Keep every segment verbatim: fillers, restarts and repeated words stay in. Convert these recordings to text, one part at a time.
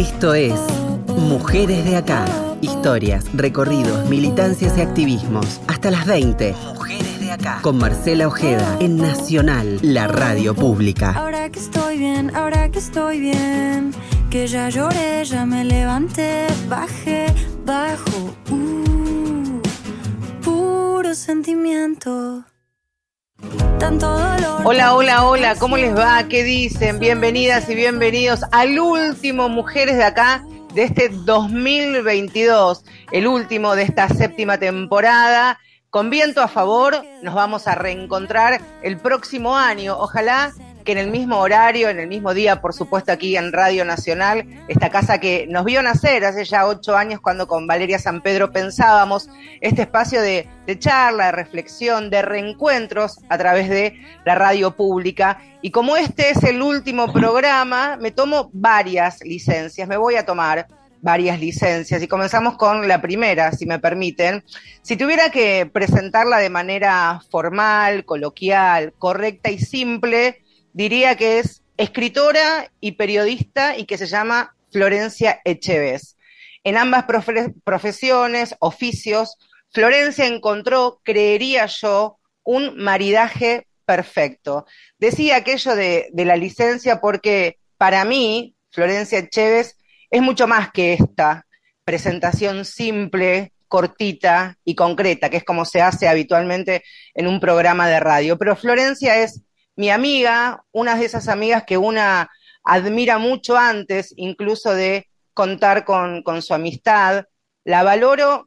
Esto es Mujeres de Acá. Historias, recorridos, militancias y activismos. Hasta las veinte. Mujeres de Acá. Con Marcela Ojeda en Nacional, la radio pública. Ahora que estoy bien, ahora que estoy bien, que ya lloré, ya me levanté, bajé, bajo, uh, puro sentimiento. Tanto dolor. Hola, hola, hola, ¿cómo les va? ¿Qué dicen? Bienvenidas y bienvenidos al último Mujeres de Acá de este dos mil veintidós, el último de esta séptima temporada. Con viento a favor, nos vamos a reencontrar el próximo año. Ojalá que en el mismo horario, en el mismo día, por supuesto, aquí en Radio Nacional, esta casa que nos vio nacer hace ya ocho años cuando con Valeria San Pedro pensábamos este espacio de, de charla, de reflexión, de reencuentros a través de la radio pública. Y como este es el último programa, me tomo varias licencias, me voy a tomar varias licencias y comenzamos con la primera, si me permiten. Si tuviera que presentarla de manera formal, coloquial, correcta y simple, diría que es escritora y periodista y que se llama Florencia Echeves. En ambas profe- profesiones, oficios, Florencia encontró, creería yo, un maridaje perfecto. Decía aquello de, de la licencia porque para mí, Florencia Echeves, es mucho más que esta presentación simple, cortita y concreta, que es como se hace habitualmente en un programa de radio. Pero Florencia es mi amiga, una de esas amigas que una admira mucho antes, incluso de contar con, con su amistad. La valoro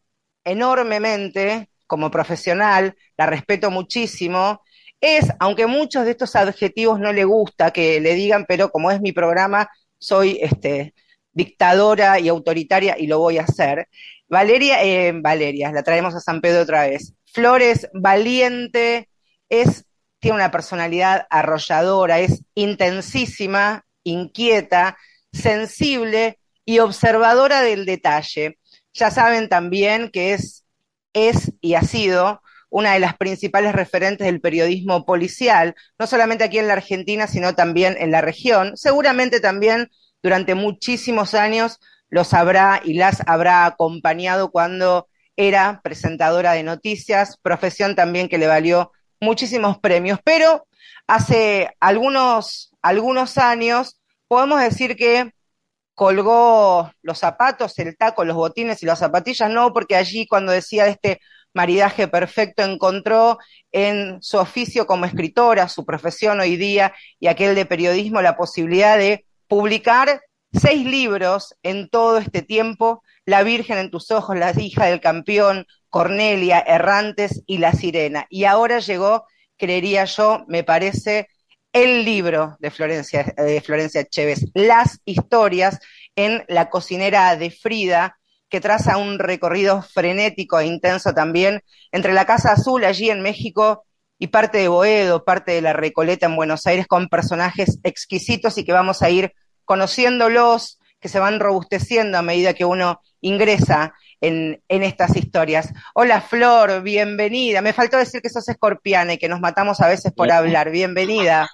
enormemente como profesional, la respeto muchísimo. Es, aunque muchos de estos adjetivos no le gusta que le digan, pero como es mi programa, soy este, dictadora y autoritaria y lo voy a hacer. Valeria, eh, Valeria, la traemos a San Pedro otra vez. Flores, valiente, es... tiene una personalidad arrolladora, es intensísima, inquieta, sensible y observadora del detalle. Ya saben también que es, es y ha sido una de las principales referentes del periodismo policial, no solamente aquí en la Argentina, sino también en la región. Seguramente también durante muchísimos años los habrá y las habrá acompañado cuando era presentadora de noticias, profesión también que le valió muchísimos premios, pero hace algunos, algunos años podemos decir que colgó los zapatos, el taco, los botines y las zapatillas, no, porque allí cuando decía de este maridaje perfecto encontró en su oficio como escritora, su profesión hoy día y aquel de periodismo, la posibilidad de publicar seis libros en todo este tiempo: La Virgen en tus ojos, La hija del campeón, Cornelia, Errantes y La sirena. Y ahora llegó, creería yo, me parece, el libro de Florencia, de Florencia Echeves, Las historias en La cocinera de Frida, que traza un recorrido frenético e intenso también entre la Casa Azul allí en México y parte de Boedo, parte de La Recoleta en Buenos Aires, con personajes exquisitos y que vamos a ir conociéndolos, que se van robusteciendo a medida que uno ingresa en, en estas historias. Hola Flor, bienvenida. Me faltó decir que sos escorpiana y que nos matamos a veces por hablar. Bienvenida.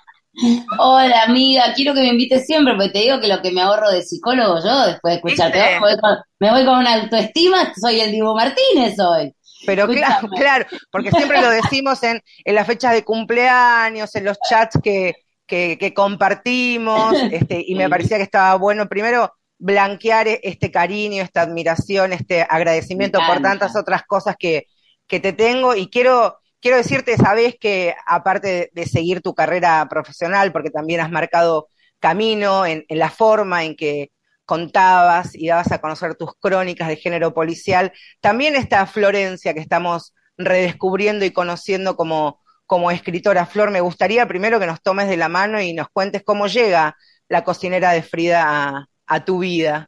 Hola amiga, quiero que me invites siempre, porque te digo que lo que me ahorro de psicólogo yo, después de escucharte, me voy, con, me voy con una autoestima, soy el Dibu Martínez hoy. Pero claro, claro, porque siempre lo decimos en, en las fechas de cumpleaños, en los chats que, que, que compartimos, este, y me parecía que estaba bueno primero blanquear este cariño, esta admiración, este agradecimiento por tantas otras cosas que, que te tengo. Y quiero, quiero decirte, sabés que aparte de, de seguir tu carrera profesional, porque también has marcado camino en, en la forma en que contabas y dabas a conocer tus crónicas de género policial, también está Florencia, que estamos redescubriendo y conociendo como, como escritora. Flor, me gustaría primero que nos tomes de la mano y nos cuentes cómo llega La cocinera de Frida a, a tu vida.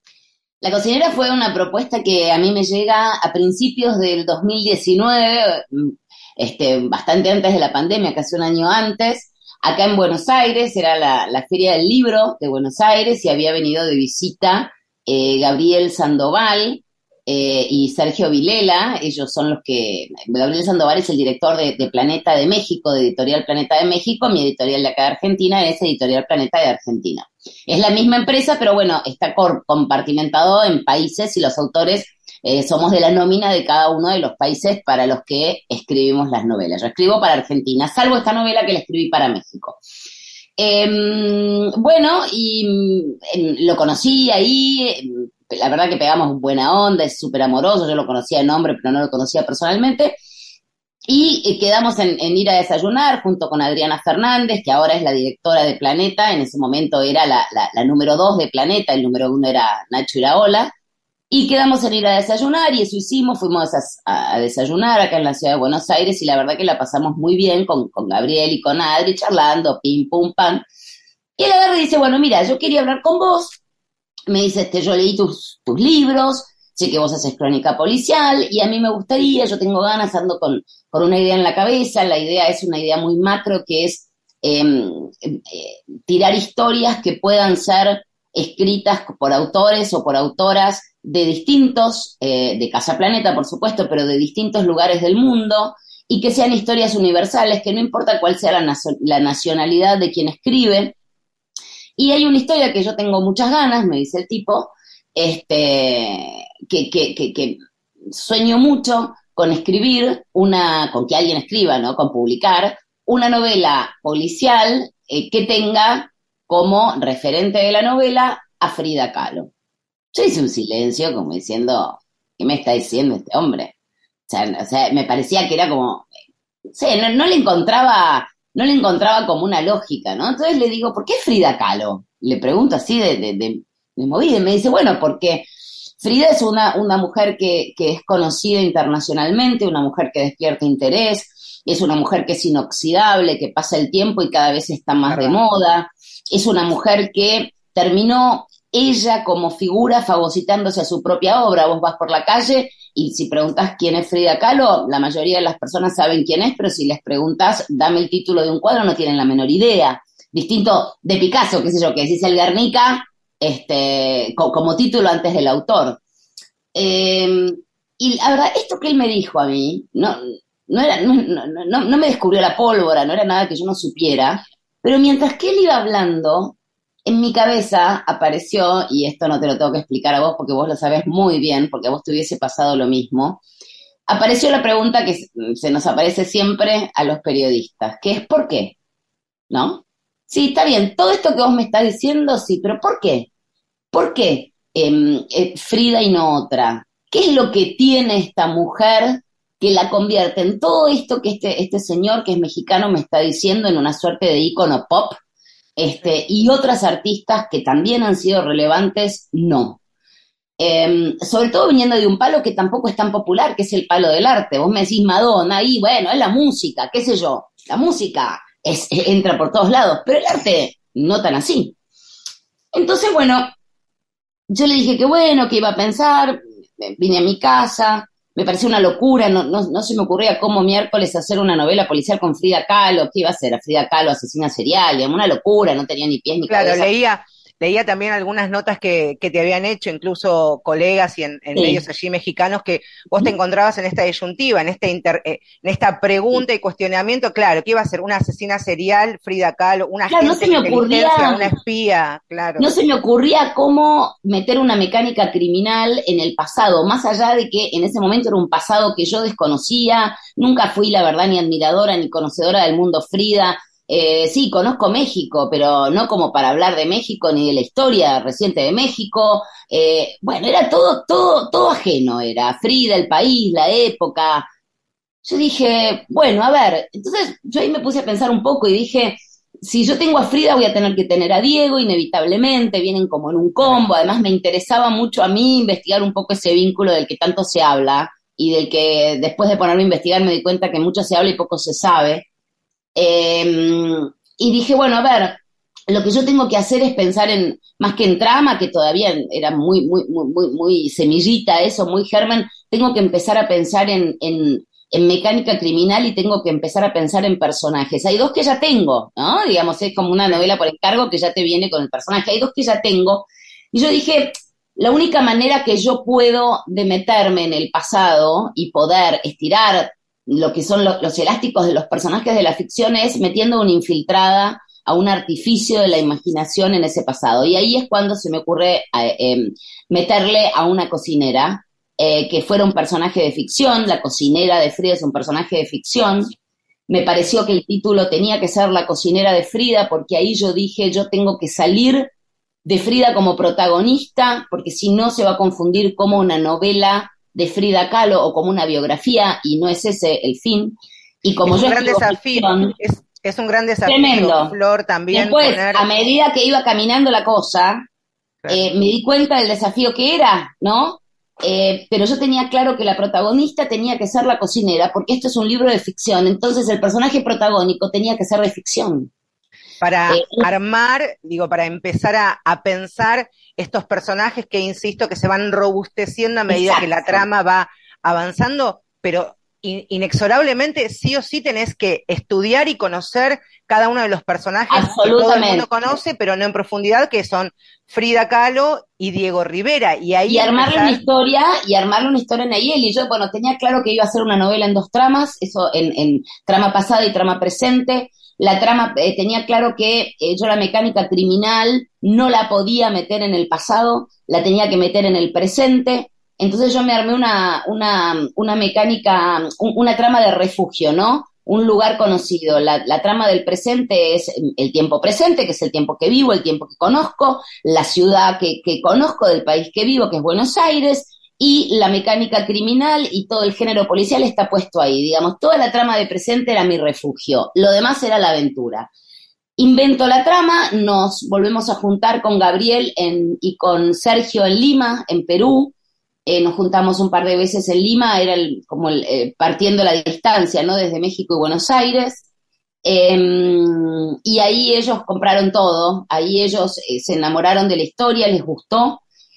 La cocinera fue una propuesta que a mí me llega a principios del dos mil diecinueve, este, bastante antes de la pandemia, casi un año antes. Acá en Buenos Aires, era la, la Feria del Libro de Buenos Aires, y había venido de visita eh, Gabriel Sandoval eh, y Sergio Vilela. Ellos son los que... Gabriel Sandoval es el director de, de Planeta de México, de Editorial Planeta de México. Mi editorial de acá de Argentina es Editorial Planeta de Argentina. Es la misma empresa, pero bueno, está cor- compartimentado en países y los autores eh, somos de la nómina de cada uno de los países para los que escribimos las novelas. Yo escribo para Argentina, salvo esta novela que la escribí para México. Eh, bueno, y eh, lo conocí ahí, eh, la verdad que pegamos buena onda, es súper amoroso, yo lo conocía de nombre, pero no lo conocía personalmente. Y eh, quedamos en, en ir a desayunar junto con Adriana Fernández, que ahora es la directora de Planeta, en ese momento era la, la, la número dos de Planeta, el número uno era Nacho Iraola, y quedamos en ir a desayunar, y eso hicimos, fuimos a, a desayunar acá en la ciudad de Buenos Aires, y la verdad que la pasamos muy bien con, con Gabriel y con Adri, charlando, pim, pum, pam. Y él agarra y dice, bueno, mira, yo quería hablar con vos, me dice, este, yo leí tus, tus libros, sé que vos haces crónica policial, y a mí me gustaría, yo tengo ganas, ando con, con una idea en la cabeza, la idea es una idea muy macro, que es eh, eh, tirar historias que puedan ser escritas por autores o por autoras de distintos, eh, de Casa Planeta, por supuesto, pero de distintos lugares del mundo, y que sean historias universales, que no importa cuál sea la, nazo- la nacionalidad de quien escribe. Y hay una historia que yo tengo muchas ganas, me dice el tipo, este, que, que, que, que sueño mucho con escribir una, con que alguien escriba, ¿no? Con publicar una novela policial eh, que tenga como referente de la novela a Frida Kahlo. Yo hice un silencio como diciendo, ¿qué me está diciendo este hombre? O sea, o sea me parecía que era como, no sé, no, no le encontraba, no le encontraba como una lógica, ¿no? Entonces le digo, ¿por qué Frida Kahlo? Le pregunto así de, de, de, de movida, y me dice, bueno, porque Frida es una, una mujer que, que es conocida internacionalmente, una mujer que despierta interés, es una mujer que es inoxidable, que pasa el tiempo y cada vez está más de moda, es una mujer que terminó ella como figura fagocitándose a su propia obra. Vos vas por la calle y si preguntás quién es Frida Kahlo, la mayoría de las personas saben quién es, pero si les preguntás, dame el título de un cuadro, no tienen la menor idea. Distinto de Picasso, qué sé yo, que decís el Guernica, este, co- como título antes del autor. Eh, y la verdad, esto que él me dijo a mí, no, no, era, no, no, no, no me descubrió la pólvora, no era nada que yo no supiera, pero mientras que él iba hablando, en mi cabeza apareció, y esto no te lo tengo que explicar a vos porque vos lo sabés muy bien, porque a vos te hubiese pasado lo mismo, apareció la pregunta que se nos aparece siempre a los periodistas, que es ¿por qué? ¿No? Sí, está bien, todo esto que vos me estás diciendo, sí, pero ¿por qué? ¿Por qué eh, eh, Frida y no otra? ¿Qué es lo que tiene esta mujer que la convierte en todo esto que este, este señor que es mexicano me está diciendo en una suerte de ícono pop? Este, y otras artistas que también han sido relevantes, no. Eh, sobre todo viniendo de un palo que tampoco es tan popular, que es el palo del arte. Vos me decís Madonna, y bueno, es la música, qué sé yo. La música es, entra por todos lados, pero el arte no tan así. Entonces, bueno, yo le dije que bueno, que iba a pensar, vine a mi casa, me pareció una locura, no, no, no se me ocurría cómo miércoles hacer una novela policial con Frida Kahlo, ¿qué iba a hacer? A Frida Kahlo, asesina serial, y una locura, no tenía ni pies ni Claro, cabeza. leía, leía también algunas notas que, que te habían hecho, incluso colegas y en, en Sí. medios allí mexicanos, que vos te encontrabas en esta disyuntiva, en, este inter, eh, en esta pregunta y cuestionamiento, claro, ¿qué iba a ser? ¿Una asesina serial, Frida Kahlo, un Claro, no agente se de me inteligencia, ocurría, una espía? Claro. no se me ocurría cómo meter una mecánica criminal en el pasado, más allá de que en ese momento era un pasado que yo desconocía, nunca fui, la verdad, ni admiradora ni conocedora del mundo Frida. Eh, sí, conozco México, pero no como para hablar de México ni de la historia reciente de México. Eh, bueno, era todo, todo, todo ajeno, era Frida, el país, la época. Yo dije, bueno, a ver, entonces yo ahí me puse a pensar un poco y dije, si yo tengo a Frida voy a tener que tener a Diego, inevitablemente, vienen como en un combo, además me interesaba mucho a mí investigar un poco ese vínculo del que tanto se habla y del que después de ponerme a investigar me di cuenta que mucho se habla y poco se sabe. Eh, y dije, bueno, a ver, lo que yo tengo que hacer es pensar en, más que en trama, que todavía era muy, muy, muy, muy, muy semillita eso, muy germen, tengo que empezar a pensar en, en, en mecánica criminal y tengo que empezar a pensar en personajes. Hay dos que ya tengo, ¿no? Digamos, es como una novela por encargo que ya te viene con el personaje. Hay dos que ya tengo. Y yo dije, la única manera que yo puedo de meterme en el pasado y poder estirar lo que son lo, los elásticos de los personajes de la ficción es metiendo una infiltrada a un artificio de la imaginación en ese pasado. Y ahí es cuando se me ocurre eh, eh, meterle a una cocinera, eh, que fuera un personaje de ficción. La cocinera de Frida es un personaje de ficción. Me pareció que el título tenía que ser La cocinera de Frida, porque ahí yo dije, yo tengo que salir de Frida como protagonista, porque si no se va a confundir como una novela de Frida Kahlo o como una biografía, y no es ese el fin. Y como es yo un gran desafío, ficción, es, es un gran desafío, tremendo. Flor, también. Después, poner... a medida que iba caminando la cosa, claro. eh, me di cuenta del desafío que era, ¿no? Eh, pero yo tenía claro que la protagonista tenía que ser la cocinera, porque esto es un libro de ficción, entonces el personaje protagónico tenía que ser de ficción. Para eh, armar, digo, para empezar a, a pensar estos personajes que, insisto, que se van robusteciendo a medida exacto. que la trama va avanzando, pero in, inexorablemente sí o sí tenés que estudiar y conocer cada uno de los personajes que todo el mundo conoce, pero no en profundidad, que son Frida Kahlo y Diego Rivera. Y, ahí y armarle empezar... una historia, y armarle una historia en Ayel. Y yo, bueno, tenía claro que iba a hacer una novela en dos tramas, eso en, en trama pasada y trama presente. La trama, eh, tenía claro que eh, yo la mecánica criminal no la podía meter en el pasado, la tenía que meter en el presente. Entonces yo me armé una, una, una mecánica, un, una trama de refugio, ¿no? Un lugar conocido. La, la trama del presente es el tiempo presente, que es el tiempo que vivo, el tiempo que conozco, la ciudad que, que conozco, del país que vivo, que es Buenos Aires, y la mecánica criminal y todo el género policial está puesto ahí. Digamos, toda la trama de presente era mi refugio, lo demás era la aventura. Invento la trama, nos volvemos a juntar con Gabriel en, y con Sergio en Lima, en Perú. Eh, nos juntamos un par de veces en Lima, era el, como el, eh, partiendo la distancia, ¿no? Desde México y Buenos Aires. Eh, y ahí ellos compraron todo, ahí ellos eh, se enamoraron de la historia, les gustó.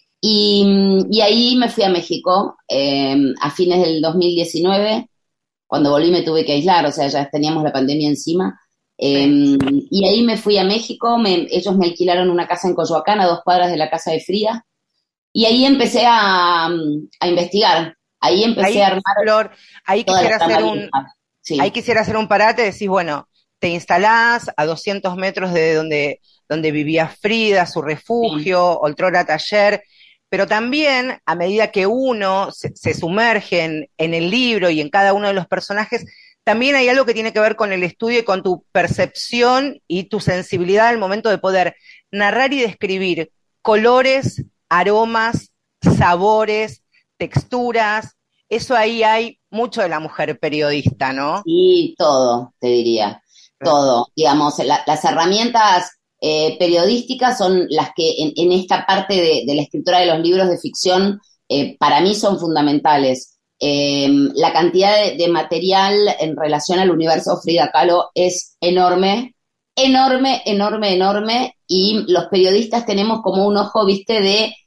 Y, y ahí me fui a México eh, a fines del dos mil diecinueve. Cuando volví me tuve que aislar, o sea, ya teníamos la pandemia encima. Eh, sí. Y ahí me fui a México, me, ellos me alquilaron una casa en Coyoacán, a dos cuadras de la casa de Frida. Y ahí empecé a, a investigar. Ahí empecé ahí, a armar. Flor, ahí quisiera hacer un, sí. ahí quisiera hacer un parate, decís, bueno, te instalás a doscientos metros de donde, donde vivía Frida, su refugio, sí. Oltrora Taller. Pero también, a medida que uno se, se sumerge en, en el libro y en cada uno de los personajes, también hay algo que tiene que ver con el estudio y con tu percepción y tu sensibilidad al momento de poder narrar y describir colores, aromas, sabores, texturas. Eso ahí hay mucho de la mujer periodista, ¿no? Sí, todo, te diría, todo. Digamos, la, las herramientas... Eh, periodísticas son las que en, en esta parte de, de la escritura de los libros de ficción eh, para mí son fundamentales. Eh, la cantidad de, de material en relación al universo Frida Kahlo es enorme, enorme, enorme, enorme, y los periodistas tenemos como un ojo, viste, de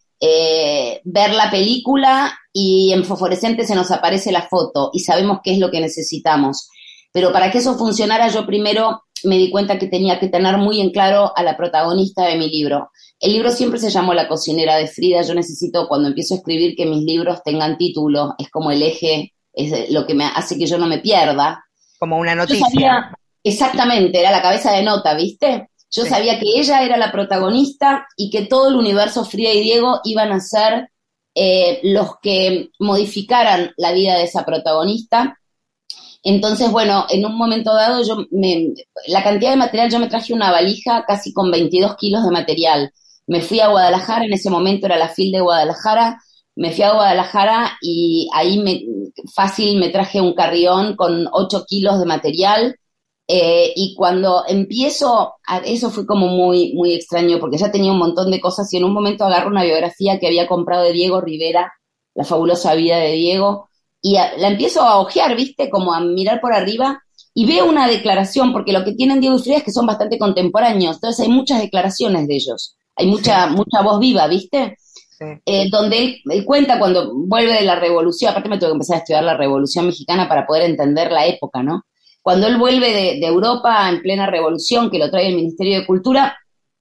eh, ver la película y en fosforescente se nos aparece la foto y sabemos qué es lo que necesitamos. Pero para que eso funcionara, yo primero me di cuenta que tenía que tener muy en claro a la protagonista de mi libro. El libro siempre se llamó La cocinera de Frida. Yo necesito, cuando empiezo a escribir, que mis libros tengan título. Es como el eje, es lo que me hace que yo no me pierda. Como una noticia. Yo sabía, exactamente, era la cabeza de nota, ¿viste? Yo sí. sabía que ella era la protagonista y que todo el universo Frida y Diego iban a ser eh, los que modificaran la vida de esa protagonista. Entonces, bueno, en un momento dado, yo me, la cantidad de material, yo me traje una valija casi con veintidós kilos de material. Me fui a Guadalajara, en ese momento era la FIL de Guadalajara, me fui a Guadalajara y ahí me, fácil me traje un carrión con ocho kilos de material. Eh, y cuando empiezo, a, eso fue como muy, muy extraño, porque ya tenía un montón de cosas y en un momento agarro una biografía que había comprado de Diego Rivera, La fabulosa vida de Diego, y a, la empiezo a ojear, ¿viste? Como a mirar por arriba, y veo una declaración, porque lo que tienen Diego y Frida es que son bastante contemporáneos, entonces hay muchas declaraciones de ellos, hay mucha, sí. mucha voz viva, ¿viste? Sí. Eh, donde él, él cuenta cuando vuelve de la revolución, aparte me tuve que empezar a estudiar la Revolución Mexicana para poder entender la época, ¿no? Cuando él vuelve de, de Europa en plena revolución, que lo trae el Ministerio de Cultura,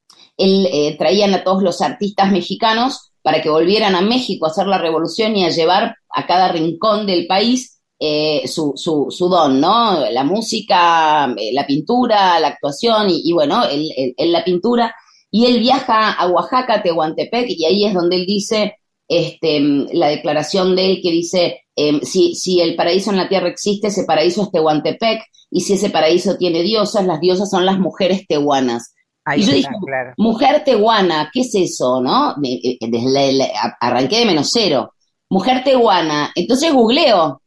él eh, traían a todos los artistas mexicanos para que volvieran a México a hacer la revolución y a llevar a cada rincón del país eh, su, su, su don, ¿no? La música, eh, la pintura, la actuación, y, y bueno, él, él, él la pintura, y él viaja a Oaxaca, Tehuantepec, y ahí es donde él dice, este, la declaración de él que dice, eh, si, si el paraíso en la tierra existe, ese paraíso es Tehuantepec, y si ese paraíso tiene diosas, las diosas son las mujeres tehuanas. Ahí Y yo está, dije, claro. mujer tehuana, ¿qué es eso, no? Desde la, la, arranqué de menos cero. Mujer tehuana. Entonces googleo.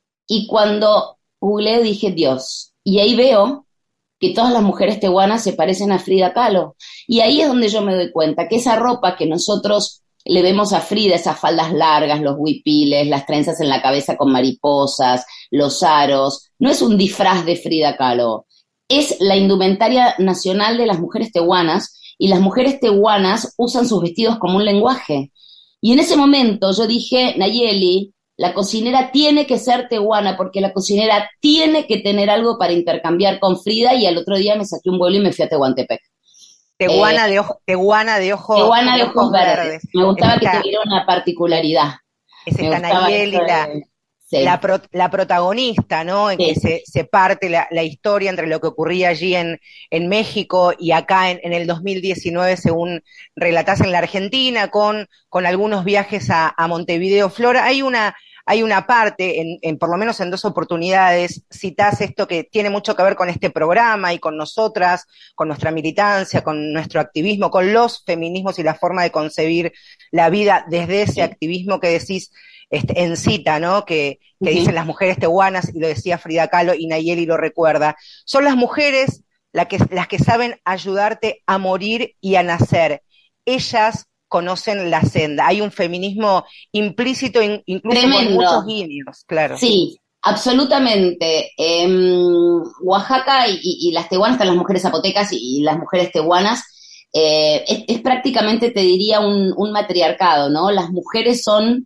Y cuando googleo dije, Dios. Y ahí veo que todas las mujeres tehuanas se parecen a Frida Kahlo. Y ahí es donde yo me doy cuenta que esa ropa que nosotros le vemos a Frida, esas faldas largas, los huipiles, las trenzas en la cabeza con mariposas, los aros, no es un disfraz de Frida Kahlo. Es la indumentaria nacional de las mujeres tehuanas, y las mujeres tehuanas usan sus vestidos como un lenguaje. Y en ese momento yo dije, Nayeli, la cocinera tiene que ser tehuana, porque la cocinera tiene que tener algo para intercambiar con Frida, y al otro día me saqué un vuelo y me fui a Tehuantepec. Tehuana, Eh, de ojo, tehuana de ojos, tehuana de ojos verdes. verdes. Me gustaba Es que esta, tuviera una particularidad. es Me esta gustaba Nayeli, esto la, de... Sí, la, pro, la protagonista, ¿no? En sí. que se, se parte la, la historia entre lo que ocurría allí en, en México y acá en, en el dos mil diecinueve, según relatás en la Argentina, con, con algunos viajes a, a Montevideo, Flora. Hay una, hay una parte, en, en, por lo menos en dos oportunidades, citás esto que tiene mucho que ver con este programa y con nosotras, con nuestra militancia, con nuestro activismo, con los feminismos y la forma de concebir la vida desde ese activismo que decís, Este, en cita, ¿no? Que, que uh-huh. dicen las mujeres tehuanas, y lo decía Frida Kahlo, y Nayeli lo recuerda. Son las mujeres la que, las que saben ayudarte a morir y a nacer. Ellas conocen la senda. Hay un feminismo implícito, in, incluso Tremendo. Con muchos guiños, claro. Sí, absolutamente. Eh, Oaxaca y, y, y las tehuanas, están las mujeres zapotecas y, y las mujeres tehuanas, eh, es, es prácticamente, te diría, un, un matriarcado, ¿no? Las mujeres son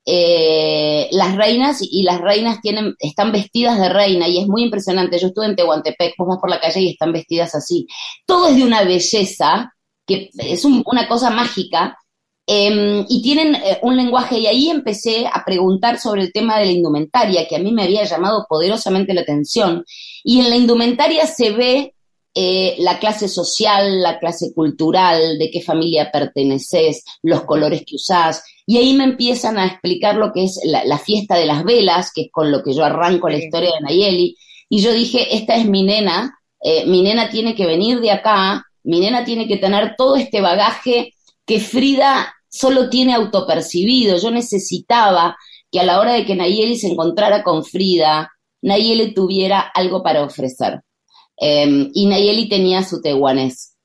Eh, las reinas, y las reinas tienen, están vestidas de reina, y es muy impresionante. Yo estuve en Tehuantepec, vos vas por la calle y están vestidas así. Todo es de una belleza que es un, una cosa mágica, eh, y tienen eh, un lenguaje, y ahí empecé a preguntar sobre el tema de la indumentaria, que a mí me había llamado poderosamente la atención. Y en la indumentaria se ve Eh, la clase social, la clase cultural, de qué familia perteneces, los colores que usás, y ahí me empiezan a explicar lo que es la, la fiesta de las velas, que es con lo que yo arranco sí. la historia de Nayeli, y yo dije, esta es mi nena, eh, mi nena tiene que venir de acá, mi nena tiene que tener todo este bagaje que Frida solo tiene autopercibido. Yo necesitaba que a la hora de que Nayeli se encontrara con Frida, Nayeli tuviera algo para ofrecer. Eh, y Nayeli tenía su tehuanés.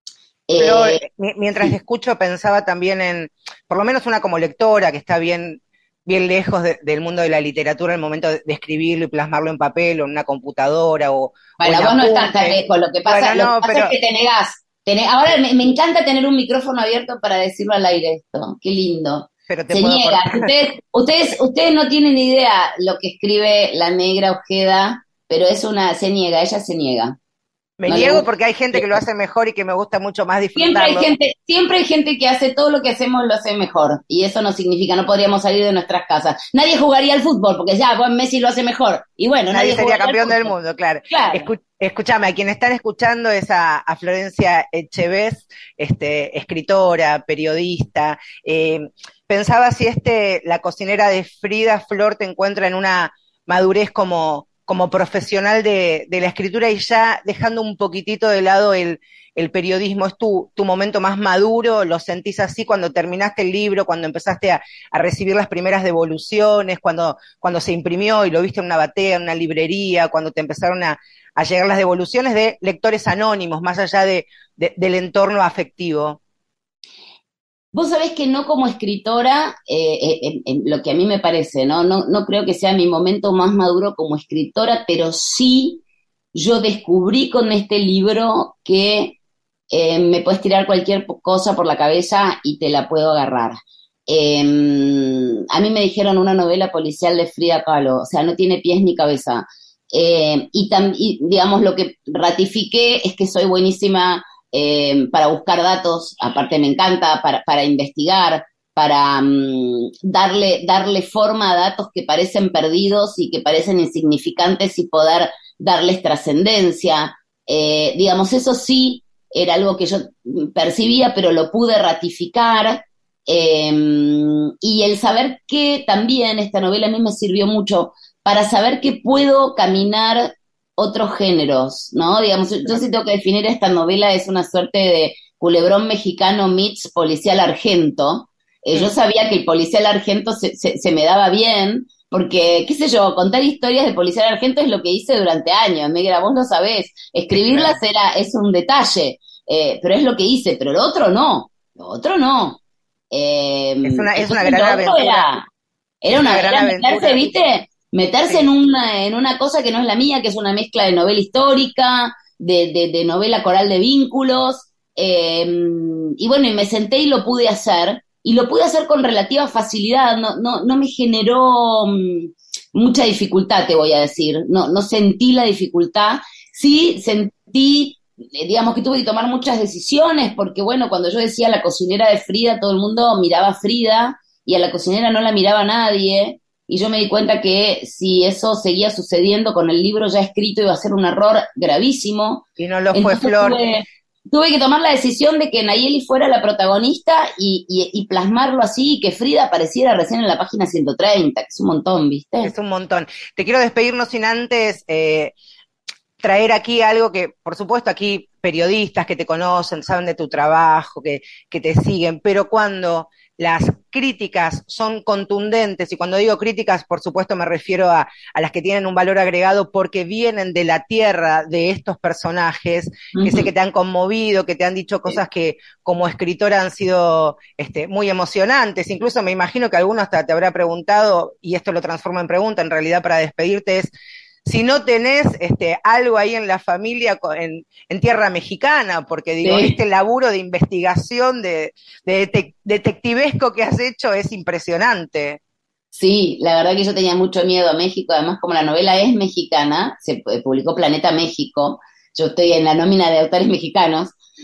Pero eh, mientras sí. escucho pensaba también en, por lo menos una como lectora que está bien, bien lejos de, del mundo de la literatura, el momento de, de escribirlo y plasmarlo en papel o en una computadora o... Bueno, o vos no estás tan lejos, lo que pasa, bueno, no, lo que pasa pero... es que te negás. Te ne... Ahora me, me encanta tener un micrófono abierto para decirlo al aire esto, qué lindo. Pero te se puedo niega. Ustedes, ustedes, ustedes no tienen idea lo que escribe la negra Ojeda, pero es una, se niega, ella se niega. Me no niego porque hay gente que lo hace mejor y que me gusta mucho más disfrutarlo. Siempre hay gente, siempre hay gente que hace todo lo que hacemos lo hace mejor, y eso no significa, no podríamos salir de nuestras casas. Nadie jugaría al fútbol porque ya, pues Messi lo hace mejor, y bueno, nadie, nadie sería campeón del mundo, claro. claro. Escu escúchame, a quienes están escuchando es a, a Florencia Echevez, este, escritora, periodista. Eh, pensaba si este, la cocinera de Frida, Flor, te encuentra en una madurez como como profesional de, de la escritura, y ya dejando un poquitito de lado el, el periodismo, ¿es tu, tu momento más maduro? ¿Lo sentís así cuando terminaste el libro, cuando empezaste a, a recibir las primeras devoluciones, cuando, cuando se imprimió y lo viste en una batea, en una librería, cuando te empezaron a, a llegar las devoluciones de lectores anónimos, más allá de, de, del entorno afectivo? Vos sabés que no como escritora, eh, en, en lo que a mí me parece, ¿no? No, no creo que sea mi momento más maduro como escritora, pero sí yo descubrí con este libro que eh, me puedes tirar cualquier cosa por la cabeza y te la puedo agarrar. Eh, a mí me dijeron una novela policial de Frida Kahlo, o sea, no tiene pies ni cabeza. Eh, y, tam, y digamos, lo que ratifiqué es que soy buenísima Eh, para buscar datos, aparte me encanta, para, para investigar, para um, darle, darle forma a datos que parecen perdidos y que parecen insignificantes y poder darles trascendencia. Eh, digamos, eso sí era algo que yo percibía, pero lo pude ratificar. Eh, y el saber que también esta novela a mí me sirvió mucho para saber que puedo caminar otros géneros, ¿no? Digamos, yo, yo sí tengo que definir esta novela, es una suerte de culebrón mexicano meets policial argento. Eh, yo sabía que el policial argento se, se, se me daba bien, porque, qué sé yo, contar historias de policial argento es lo que hice durante años, Negra, vos lo sabés. Escribirlas era, es un detalle, eh, pero es lo que hice, pero lo otro no, lo otro no. Eh, es una, es una entonces, gran lo otro aventura. Era, era una, una gran era aventura. meterse, ¿viste? Meterse Sí. en, una, en una cosa que no es la mía, que es una mezcla de novela histórica, de, de, de novela coral de vínculos, eh, y bueno, y me senté y lo pude hacer, y lo pude hacer con relativa facilidad, no, no, no me generó um, mucha dificultad, te voy a decir, no, no sentí la dificultad, sí sentí, eh, digamos que tuve que tomar muchas decisiones, porque bueno, cuando yo decía la cocinera de Frida, todo el mundo miraba a Frida, y a la cocinera no la miraba nadie, y yo me di cuenta que si eso seguía sucediendo con el libro ya escrito iba a ser un error gravísimo. Y no lo fue, Entonces Flor. Tuve, tuve que tomar la decisión de que Nayeli fuera la protagonista y, y, y plasmarlo así, y que Frida apareciera recién en la página ciento treinta, que es un montón, ¿viste? Es un montón. Te quiero despedirnos sin antes eh, traer aquí algo que, por supuesto, aquí periodistas que te conocen, saben de tu trabajo, que, que te siguen, pero cuando las críticas son contundentes, y cuando digo críticas, por supuesto me refiero a, a las que tienen un valor agregado porque vienen de la tierra de estos personajes, uh-huh. que sé que te han conmovido, que te han dicho cosas que como escritora han sido este, muy emocionantes, incluso me imagino que alguno hasta te habrá preguntado, y esto lo transformo en pregunta, en realidad para despedirte es, si no tenés este, algo ahí en la familia, en, en tierra mexicana, porque digo, sí. este laburo de investigación, de, de detec- detectivesco que has hecho es impresionante. Sí, la verdad que yo tenía mucho miedo a México, además como la novela es mexicana, se publicó Planeta México, yo estoy en la nómina de autores mexicanos,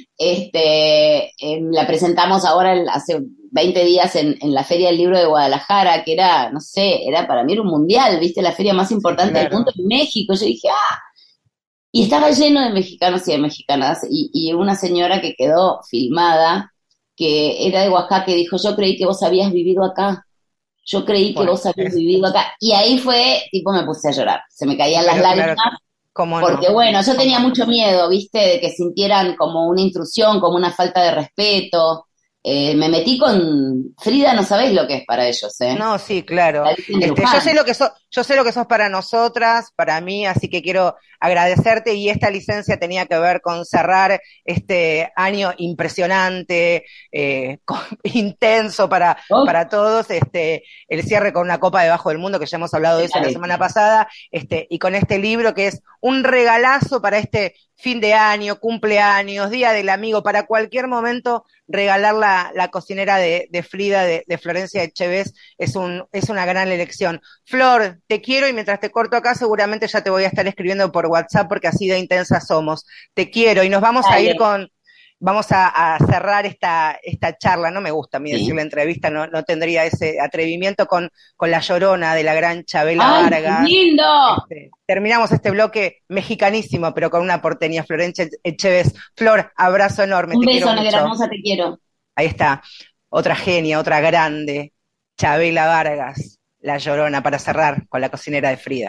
este, eh, la presentamos ahora el, hace veinte días en, en la Feria del Libro de Guadalajara, que era, no sé, era para mí era un mundial, ¿viste? La feria más importante sí, claro. del mundo en México. Yo dije, ¡ah! Y estaba lleno de mexicanos y de mexicanas, y, y una señora que quedó filmada, que era de Oaxaca, y dijo, yo creí que vos habías vivido acá, yo creí que bueno, vos habías es... vivido acá, y ahí fue, tipo, me puse a llorar, se me caían Pero, las lágrimas, claro. ¿Cómo porque no? Bueno, yo tenía mucho miedo, ¿viste? De que sintieran como una intrusión, como una falta de respeto. Eh, me metí con Frida, no sabés lo que es para ellos, ¿eh? No, sí, claro. Este, yo sé lo que so, yo sé lo que sos para nosotras, para mí, así que quiero agradecerte, y esta licencia tenía que ver con cerrar este año impresionante, eh, con, intenso para, oh. para todos, este, el cierre con una Copa debajo del mundo, que ya hemos hablado de eso la semana pasada, este, y con este libro que es un regalazo para este fin de año, cumpleaños, día del amigo, para cualquier momento regalar la, la cocinera de, de Frida, de, de Florencia Echevez, es, un, es una gran elección. Flor, te quiero, y mientras te corto acá seguramente ya te voy a estar escribiendo por WhatsApp porque así de intensas somos. Te quiero, y nos vamos Dale. a ir con... Vamos a, a cerrar esta, esta charla, no me gusta a mí sí. decir la entrevista, no, no tendría ese atrevimiento con, con La Llorona de la gran Chabela ¡Ay, Vargas. Qué lindo! Este, terminamos este bloque mexicanísimo, pero con una porteña, Florencia Echevez. Flor, abrazo enorme. Un te beso, quiero negra mucho. hermosa, te quiero. Ahí está, otra genia, otra grande, Chabela Vargas, La Llorona, para cerrar con la cocinera de Frida.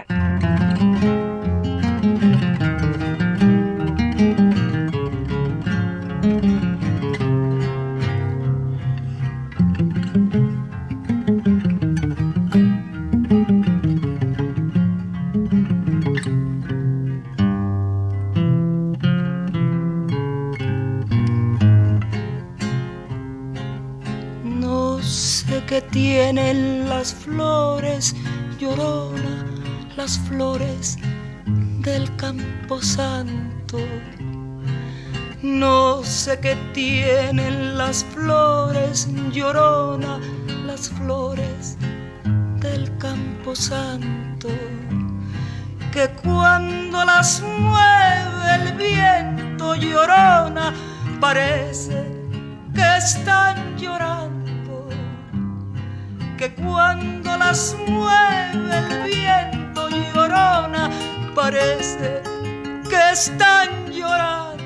Que tienen las flores, Llorona, las flores del Camposanto. No sé qué tienen las flores, Llorona, las flores del Camposanto, que cuando las mueve el viento, Llorona, parece que están llorando. que cuando las mueve el viento, llorona, parece que están llorando.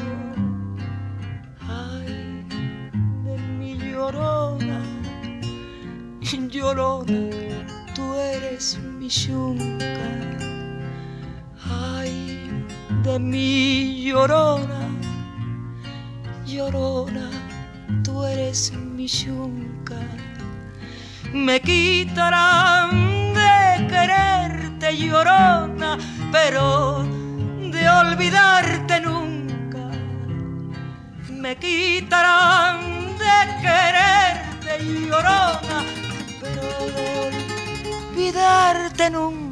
Ay, de mi llorona, llorona, tú eres mi yunca. Ay, de mi llorona, llorona, tú eres mi yunca. Me quitarán de quererte, llorona, pero de olvidarte nunca. Me quitarán de quererte, llorona, pero de olvidarte nunca.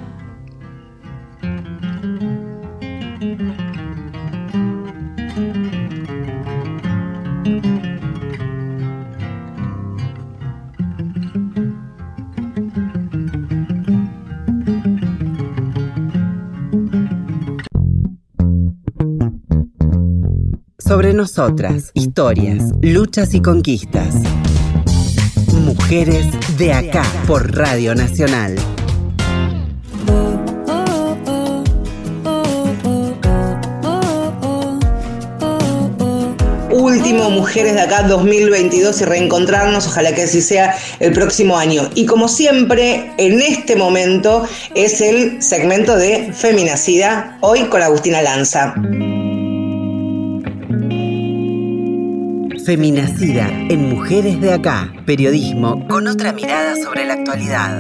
Sobre nosotras, historias, luchas y conquistas. Mujeres de acá, por Radio Nacional. Último Mujeres de Acá dos mil veintidós y reencontrarnos, ojalá que así sea el próximo año. Y como siempre, en este momento es el segmento de Feminacida, hoy con Agustina Lanza. Feminacida en Mujeres de Acá, periodismo con otra mirada sobre la actualidad.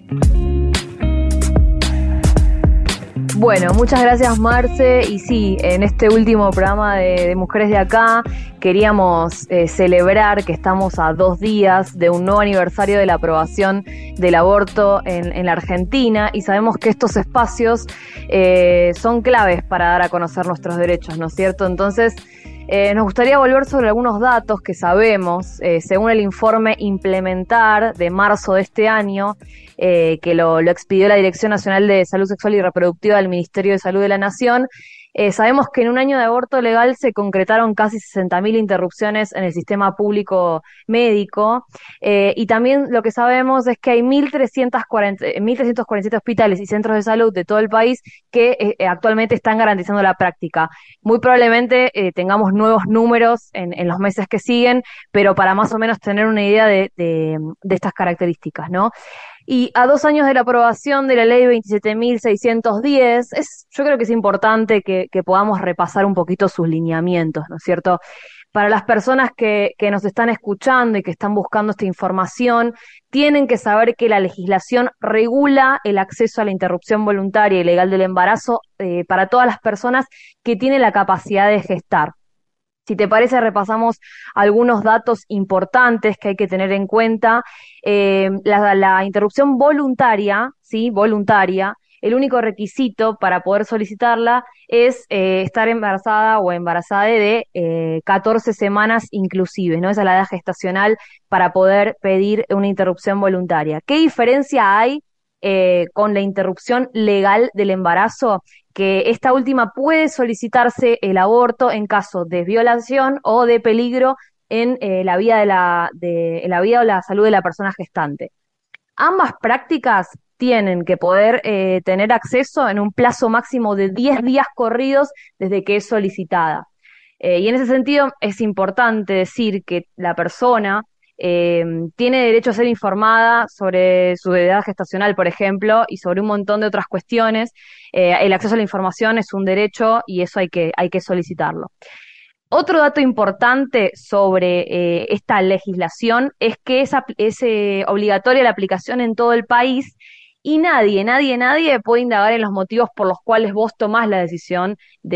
Bueno, muchas gracias Marce, y sí, en este último programa de, de Mujeres de Acá queríamos eh, celebrar que estamos a dos días de un nuevo aniversario de la aprobación del aborto en, en la Argentina, y sabemos que estos espacios eh, son claves para dar a conocer nuestros derechos, ¿no es cierto? Entonces, Eh, nos gustaría volver sobre algunos datos que sabemos, eh, según el informe Implementar de marzo de este año, eh, que lo, lo expidió la Dirección Nacional de Salud Sexual y Reproductiva del Ministerio de Salud de la Nación. Eh, sabemos que en un año de aborto legal se concretaron casi sesenta mil interrupciones en el sistema público médico, eh, y también lo que sabemos es que hay mil trescientos cuarenta, mil trescientos cuarenta y siete hospitales y centros de salud de todo el país que eh, actualmente están garantizando la práctica. Muy probablemente eh, tengamos nuevos números en, en los meses que siguen, pero para más o menos tener una idea de, de, de estas características, ¿no? Y a dos años de la aprobación de la ley veintisiete mil seiscientos diez, es, yo creo que es importante que, que podamos repasar un poquito sus lineamientos, ¿no es cierto? Para las personas que, que nos están escuchando y que están buscando esta información, tienen que saber que la legislación regula el acceso a la interrupción voluntaria y legal del embarazo eh, para todas las personas que tienen la capacidad de gestar. Si te parece, repasamos algunos datos importantes que hay que tener en cuenta. Eh, la, la interrupción voluntaria, ¿sí? Voluntaria, el único requisito para poder solicitarla es eh, estar embarazada o embarazada de eh, catorce semanas inclusive, ¿no? Esa es la edad gestacional para poder pedir una interrupción voluntaria. ¿Qué diferencia hay eh, con la interrupción legal del embarazo? Que esta última puede solicitarse el aborto en caso de violación o de peligro en eh, la vida de la, de, en la vida o la salud de la persona gestante. Ambas prácticas tienen que poder eh, tener acceso en un plazo máximo de diez días corridos desde que es solicitada. Eh, y en ese sentido es importante decir que la persona Eh, tiene derecho a ser informada sobre su edad gestacional, por ejemplo, y sobre un montón de otras cuestiones. Eh, el acceso a la información es un derecho y eso hay que, hay que solicitarlo. Otro dato importante sobre eh, esta legislación es que es, es eh, obligatoria la aplicación en todo el país, y nadie, nadie, nadie puede indagar en los motivos por los cuales vos tomás la decisión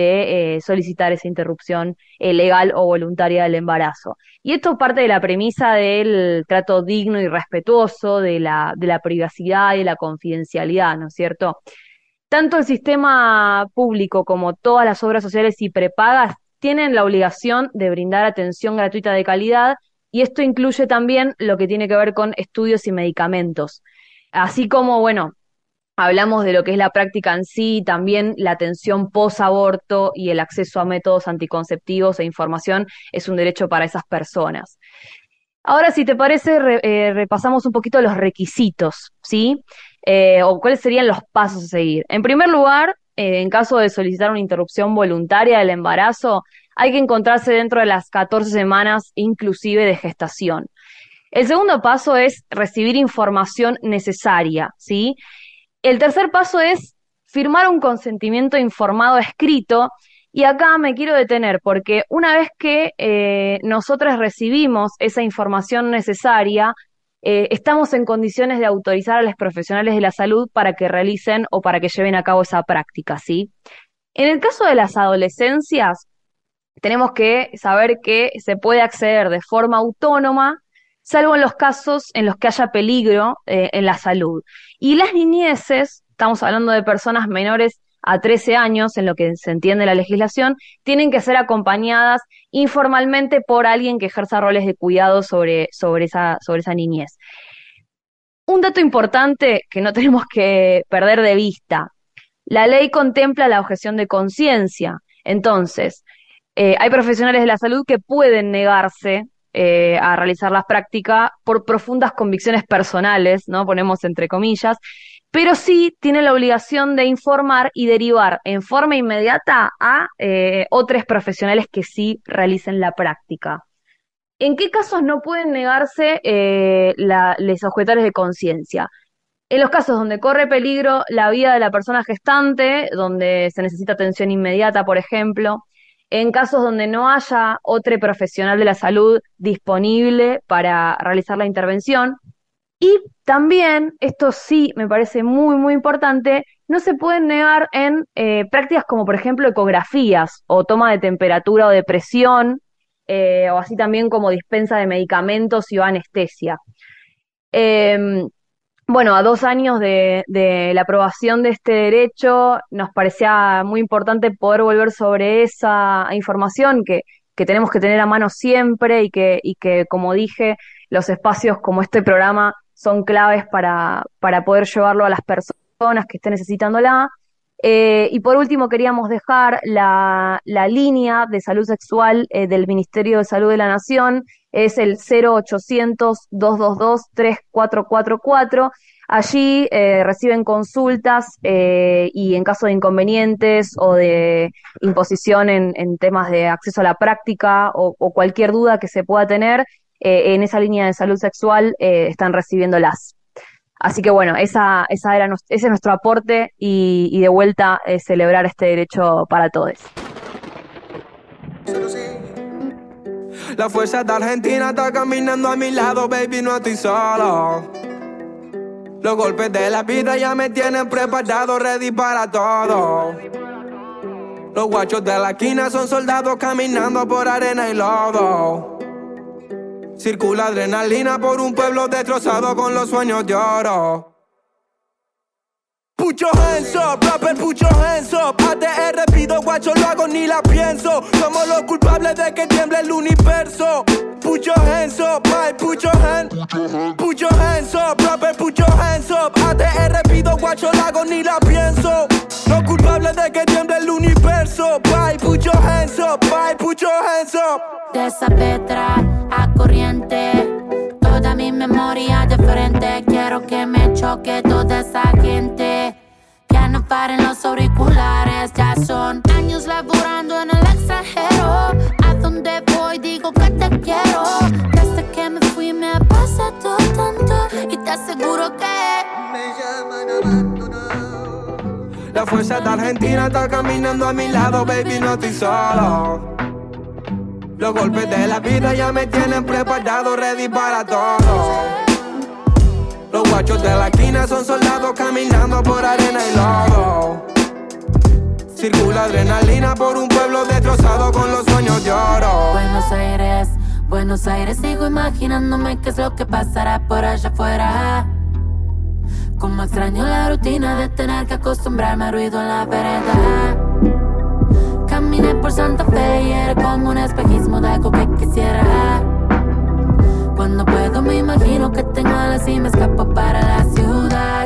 de eh, solicitar esa interrupción eh, legal o voluntaria del embarazo. Y esto parte de la premisa del trato digno y respetuoso, de la, de la privacidad y de la confidencialidad, ¿no es cierto? Tanto el sistema público como todas las obras sociales y prepagas tienen la obligación de brindar atención gratuita de calidad, y esto incluye también lo que tiene que ver con estudios y medicamentos. Así como, bueno, hablamos de lo que es la práctica en sí, también la atención post-aborto y el acceso a métodos anticonceptivos e información es un derecho para esas personas. Ahora, si te parece, re- eh, repasamos un poquito los requisitos, ¿sí? Eh, o cuáles serían los pasos a seguir. En primer lugar, eh, en caso de solicitar una interrupción voluntaria del embarazo, hay que encontrarse dentro de las catorce semanas inclusive de gestación. El segundo paso es recibir información necesaria, ¿sí? El tercer paso es firmar un consentimiento informado escrito. Y acá me quiero detener porque una vez que eh, nosotros recibimos esa información necesaria, eh, estamos en condiciones de autorizar a los profesionales de la salud para que realicen o para que lleven a cabo esa práctica, ¿sí? En el caso de las adolescencias, tenemos que saber que se puede acceder de forma autónoma, salvo en los casos en los que haya peligro eh, en la salud. Y las niñeces, estamos hablando de personas menores a trece años, en lo que se entiende la legislación, tienen que ser acompañadas informalmente por alguien que ejerza roles de cuidado sobre, sobre, esa, sobre esa niñez. Un dato importante que no tenemos que perder de vista: la ley contempla la objeción de conciencia. Entonces, eh, hay profesionales de la salud que pueden negarse eh, a realizar las prácticas por profundas convicciones personales, ¿no? Ponemos entre comillas, pero sí tienen la obligación de informar y derivar en forma inmediata a eh, otros profesionales que sí realicen la práctica. ¿En qué casos no pueden negarse eh, la, los objetores de conciencia? En los casos donde corre peligro la vida de la persona gestante, donde se necesita atención inmediata, por ejemplo, en casos donde no haya otro profesional de la salud disponible para realizar la intervención. Y también, esto sí me parece muy, muy importante, no se pueden negar en eh, prácticas como, por ejemplo, ecografías o toma de temperatura o de presión, eh, o así también como dispensa de medicamentos y o anestesia. Eh, bueno, a dos años de, de la aprobación de este derecho, nos parecía muy importante poder volver sobre esa información que, que tenemos que tener a mano siempre y que, y que, como dije, los espacios como este programa son claves para, para poder llevarlo a las personas que estén necesitándola. Eh, y por último, queríamos dejar la, la línea de salud sexual eh, del Ministerio de Salud de la Nación. Es el cero ochocientos, dos dos dos, tres cuatro cuatro cuatro. Allí eh, reciben consultas eh, y en caso de inconvenientes o de imposición en, en temas de acceso a la práctica o, o cualquier duda que se pueda tener, eh, en esa línea de salud sexual eh, están recibiéndolas. Así que bueno, esa, esa era, ese es nuestro aporte y, y de vuelta eh, celebrar este derecho para todos. La fuerza de Argentina está caminando a mi lado, baby, no estoy solo. Los golpes de la vida ya me tienen preparado, ready para todo. Los guachos de la esquina son soldados caminando por arena y lodo. Circula adrenalina por un pueblo destrozado con los sueños de oro. Put your hands up, rapper, put your hands up. A T R pido, guacho, lo hago ni la pienso. Somos los culpables de que tiemble el universo. Put your hands up, I put your hands. Put your hands up, rapper, put your hands up. A T R pido, guacho, lo hago ni la pienso. Los culpables de que tiemble el universo. I put your hands up, I put your hands up. De esa Petra a corriente, toda mi memoria de frente. Quiero que me choque toda esa gente. Que no paren los auriculares. Ya son años laborando en el extranjero. A donde voy digo que te quiero. Desde que me fui me ha pasado tanto. Y te aseguro que me llaman abandonado. La fuerza de Argentina está caminando a mi lado, baby, no estoy solo. Los golpes de la vida ya me tienen preparado, ready para todo. Los guachos de la esquina son soldados caminando por arena y lodo. Circula adrenalina por un pueblo destrozado con los sueños de oro. Buenos Aires, Buenos Aires, sigo imaginándome qué es lo que pasará por allá afuera. Como extraño la rutina de tener que acostumbrarme al ruido en la vereda. Caminé por Santa Fe y era como un espejismo de algo que quisiera. Cuando puedo me imagino que tengo alas y me escapo para la ciudad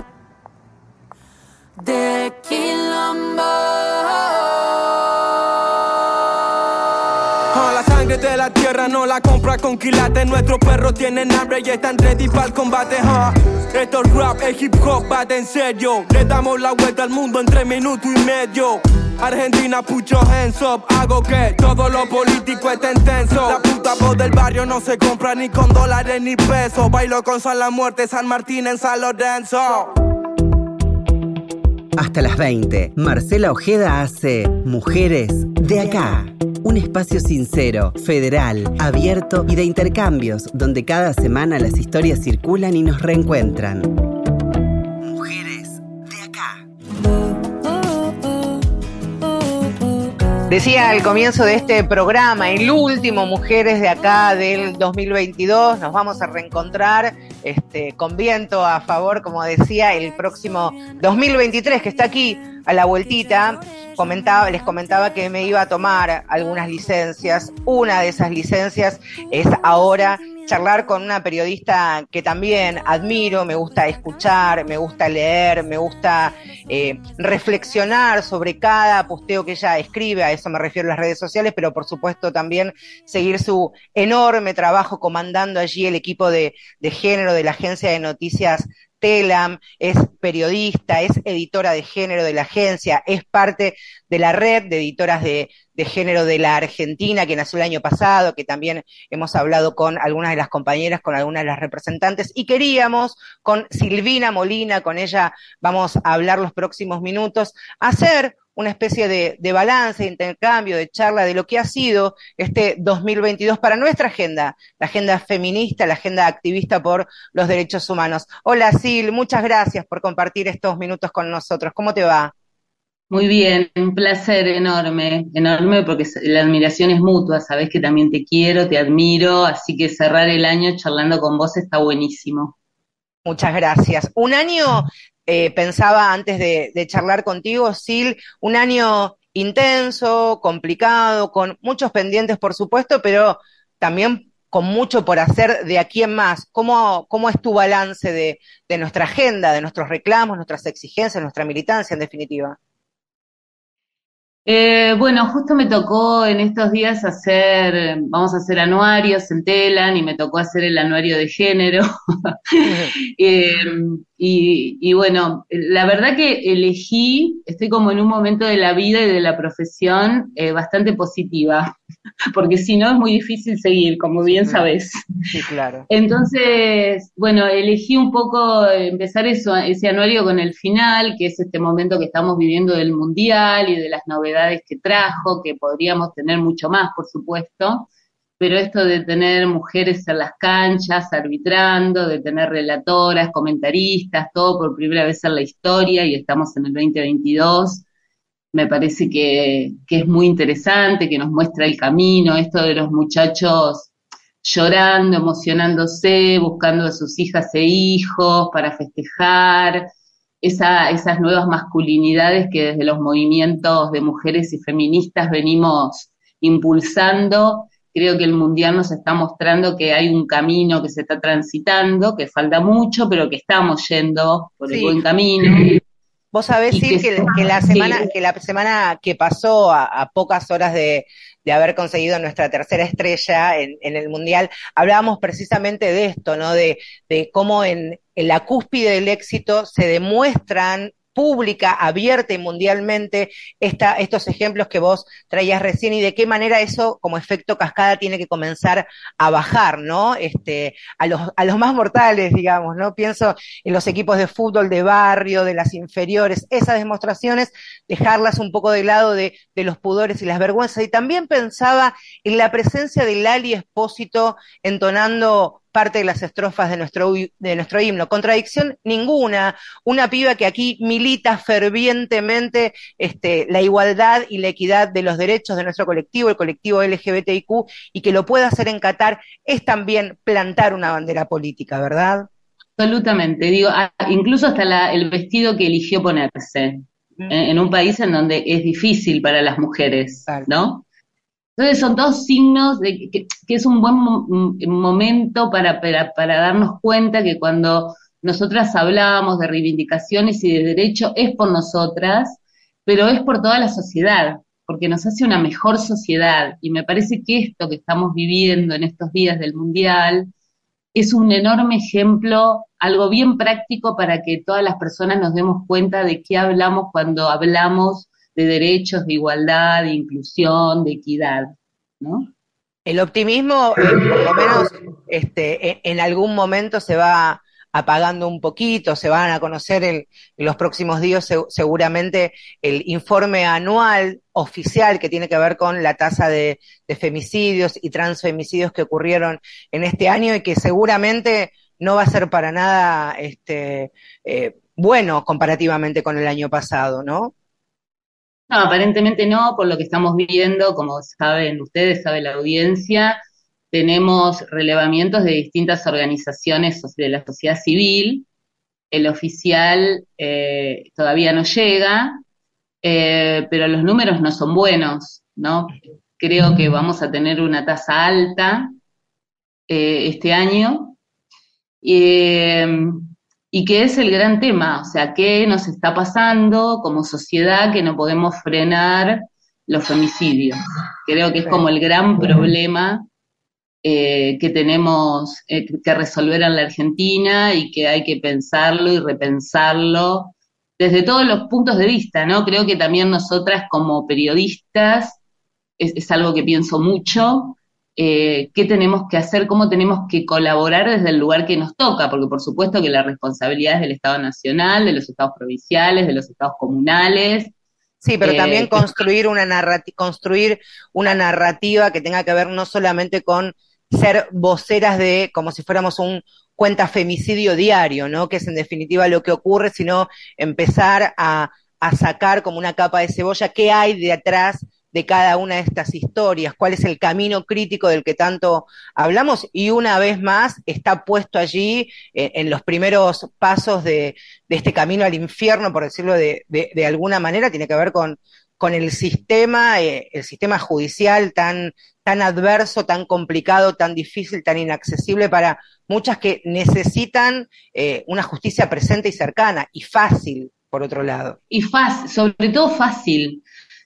de Quilombo. Oh, la sangre de la tierra no la compra con quilates. Nuestros perros tienen hambre y están ready para el combate, huh? Esto es rap, es hip hop, bate en serio. Le damos la vuelta al mundo en tres minutos y medio. Argentina, put your hands up. Hago que todo lo político esté intenso. La puta voz del barrio no se compra ni con dólares ni pesos. Bailo con San La Muerte, San Martín en San Lorenzo. Hasta las veinte, Marcela Ojeda hace Mujeres de Acá. Un espacio sincero, federal, abierto y de intercambios, donde cada semana las historias circulan y nos reencuentran. Mujeres de Acá. Decía al comienzo de este programa, el último Mujeres de Acá del dos mil veintidós, nos vamos a reencontrar este, con viento a favor, como decía, el próximo dos mil veintitrés, que está aquí a la vueltita. Comentaba, les comentaba que me iba a tomar algunas licencias. Una de esas licencias es ahora charlar con una periodista que también admiro, me gusta escuchar, me gusta leer, me gusta eh, reflexionar sobre cada posteo que ella escribe, a eso me refiero a las redes sociales, pero por supuesto también seguir su enorme trabajo comandando allí el equipo de, de género de la agencia de noticias Telam. Es periodista, es editora de género de la agencia, es parte de la red de editoras de, de género de la Argentina, que nació el año pasado, que también hemos hablado con algunas de las compañeras, con algunas de las representantes, y queríamos con Silvina Molina, con ella vamos a hablar los próximos minutos, hacer una especie de, de balance, de intercambio, de charla de lo que ha sido este dos mil veintidós para nuestra agenda, la agenda feminista, la agenda activista por los derechos humanos. Hola Sil, muchas gracias por compartir estos minutos con nosotros. ¿Cómo te va? Muy bien, un placer enorme, enorme porque la admiración es mutua, sabés que también te quiero, te admiro, así que cerrar el año charlando con vos está buenísimo. Muchas gracias. Un año... Eh, pensaba antes de, de charlar contigo, Sil, un año intenso, complicado, con muchos pendientes, por supuesto, pero también con mucho por hacer de aquí en más. ¿Cómo, cómo es tu balance de, de nuestra agenda, de nuestros reclamos, nuestras exigencias, nuestra militancia, en definitiva? Eh, bueno, justo me tocó en estos días hacer, vamos a hacer anuarios en Telam, y me tocó hacer el anuario de género. eh, y, y bueno, la verdad que elegí, estoy como en un momento de la vida y de la profesión eh, bastante positiva, porque si no es muy difícil seguir, como bien sabés. Sí, claro. Entonces, bueno, elegí un poco empezar eso, ese anuario con el final, que es este momento que estamos viviendo del Mundial y de las novedades que trajo, que podríamos tener mucho más, por supuesto, pero esto de tener mujeres en las canchas, arbitrando, de tener relatoras, comentaristas, todo por primera vez en la historia, y estamos en el veinte veintidós, me parece que, que es muy interesante, que nos muestra el camino, esto de los muchachos llorando, emocionándose, buscando a sus hijas e hijos para festejar, esa, esas nuevas masculinidades que desde los movimientos de mujeres y feministas venimos impulsando. Creo que el Mundial nos está mostrando que hay un camino que se está transitando, que falta mucho, pero que estamos yendo por el sí. buen camino. Vos sabés, Sil, que, que, la semana, sí. que la semana que pasó, a, a pocas horas de, de haber conseguido nuestra tercera estrella en, en el Mundial, hablábamos precisamente de esto, ¿no? De, de cómo en, en la cúspide del éxito se demuestran pública, abierta y mundialmente esta, estos ejemplos que vos traías recién, y de qué manera eso como efecto cascada tiene que comenzar a bajar, ¿no? Este, a los, a los más mortales, digamos, ¿no? Pienso en los equipos de fútbol de barrio, de las inferiores, esas demostraciones, dejarlas un poco de lado de, de los pudores y las vergüenzas, y también pensaba en la presencia de Lali Espósito entonando parte de las estrofas de nuestro, de nuestro himno. Contradicción ninguna, una piba que aquí milita fervientemente este, la igualdad y la equidad de los derechos de nuestro colectivo, el colectivo L G B T I Q, y que lo pueda hacer en Qatar, es también plantar una bandera política, ¿verdad? Absolutamente, digo, incluso hasta la, el vestido que eligió ponerse, mm. en, en un país en donde es difícil para las mujeres, claro. ¿no? Entonces son dos signos de que, que es un buen mo- momento para, para, para darnos cuenta que cuando nosotras hablamos de reivindicaciones y de derechos es por nosotras, pero es por toda la sociedad. porque nos hace una mejor sociedad, y me parece que esto que estamos viviendo en estos días del Mundial es un enorme ejemplo, algo bien práctico para que todas las personas nos demos cuenta de qué hablamos cuando hablamos de derechos, de igualdad, de inclusión, de equidad, ¿no? El optimismo, eh, por lo menos, este, en, en algún momento se va apagando un poquito, se van a conocer el, en los próximos días se, seguramente el informe anual oficial que tiene que ver con la tasa de, de femicidios y transfemicidios que ocurrieron en este año y que seguramente no va a ser para nada este, eh, bueno comparativamente con el año pasado, ¿no? No, aparentemente no, por lo que estamos viendo, como saben ustedes, sabe la audiencia, tenemos relevamientos de distintas organizaciones de la sociedad civil, el oficial eh, todavía no llega, eh, pero los números no son buenos, ¿no? Creo que vamos a tener una tasa alta eh, este año, eh, y que es el gran tema, o sea, ¿qué nos está pasando como sociedad que no podemos frenar los femicidios? Creo que es como el gran problema eh, que tenemos eh, que resolver en la Argentina y que hay que pensarlo y repensarlo desde todos los puntos de vista, ¿no? Creo que también nosotras como periodistas, es, es algo que pienso mucho, Eh, qué tenemos que hacer, cómo tenemos que colaborar desde el lugar que nos toca, porque por supuesto que la responsabilidad es del Estado Nacional, de los Estados provinciales, de los Estados comunales. Sí, pero eh, también construir una, narrati- construir una narrativa que tenga que ver no solamente con ser voceras de, como si fuéramos un cuenta femicidio diario, ¿no? Que es en definitiva lo que ocurre, sino empezar a, a sacar como una capa de cebolla qué hay de atrás de cada una de estas historias, cuál es el camino crítico del que tanto hablamos, y una vez más está puesto allí eh, en los primeros pasos de, de este camino al infierno, por decirlo de, de, de alguna manera, tiene que ver con, con el sistema, eh, el sistema judicial tan, tan adverso, tan complicado, tan difícil, tan inaccesible para muchas que necesitan eh, una justicia presente y cercana, y fácil, por otro lado. Y fácil, sobre todo fácil.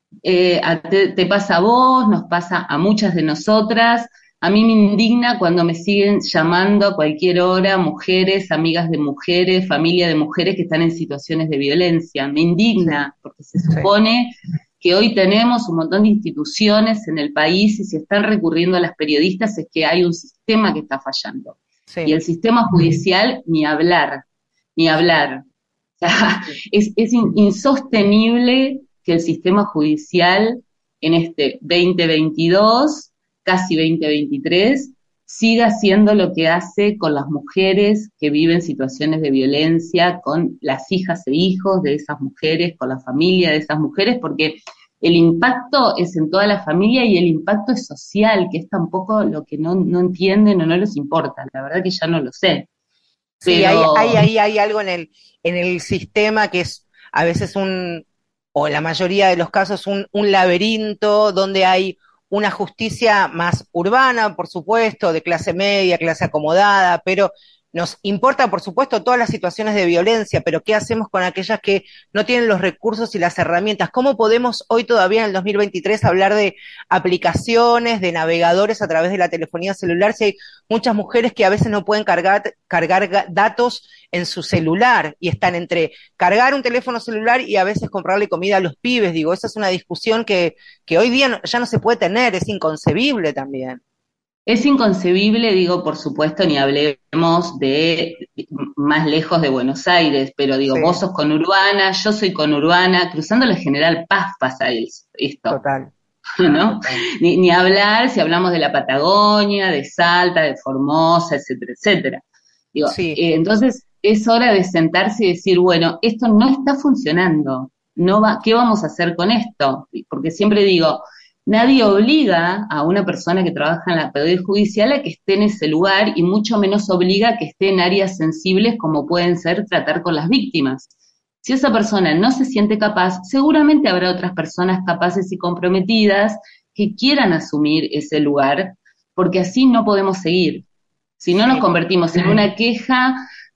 Eh, a, te, te pasa a vos, nos pasa a muchas de nosotras. A mí me indigna cuando me siguen llamando a cualquier hora mujeres, amigas de mujeres, familia de mujeres que están en situaciones de violencia. Me indigna, porque se supone que hoy tenemos un montón de instituciones en el país y si están recurriendo a las periodistas es que hay un sistema que está fallando. Sí. Y el sistema judicial, ni hablar, ni hablar. O sea, es, es insostenible que el sistema judicial en este veinte veintidós, casi veinte veintitrés, siga haciendo lo que hace con las mujeres que viven situaciones de violencia, con las hijas e hijos de esas mujeres, con la familia de esas mujeres, porque el impacto es en toda la familia y el impacto es social, que es tampoco lo que no, no entienden o no les importa, la verdad que ya no lo sé. Pero... Sí, hay, hay, hay, hay algo en el, en el sistema que es a veces un... o en la mayoría de los casos, un, un laberinto donde hay una justicia más urbana, por supuesto, de clase media, clase acomodada, pero nos importa, por supuesto, todas las situaciones de violencia, pero ¿qué hacemos con aquellas que no tienen los recursos y las herramientas? ¿Cómo podemos hoy todavía en el dos mil veintitrés hablar de aplicaciones, de navegadores a través de la telefonía celular, si hay muchas mujeres que a veces no pueden cargar, cargar datos en su celular y están entre cargar un teléfono celular y a veces comprarle comida a los pibes? Digo, esa es una discusión que, que hoy día no, ya no se puede tener, es inconcebible también. Es inconcebible, digo, por supuesto, ni hablemos de más lejos de Buenos Aires, pero digo, sí. Vos sos conurbana, yo soy conurbana, cruzando la General Paz pasa esto. Total. ¿No? Total. Ni, ni hablar si hablamos de la Patagonia, de Salta, de Formosa, etcétera, etcétera. Digo, sí. eh, entonces es hora de sentarse y decir, bueno, esto no está funcionando, no va, ¿qué vamos a hacer con esto? Porque siempre digo, nadie obliga a una persona que trabaja en la Poder Judicial a que esté en ese lugar y mucho menos obliga a que esté en áreas sensibles como pueden ser tratar con las víctimas. Si esa persona no se siente capaz, seguramente habrá otras personas capaces y comprometidas que quieran asumir ese lugar, porque así no podemos seguir. Si no nos convertimos en una queja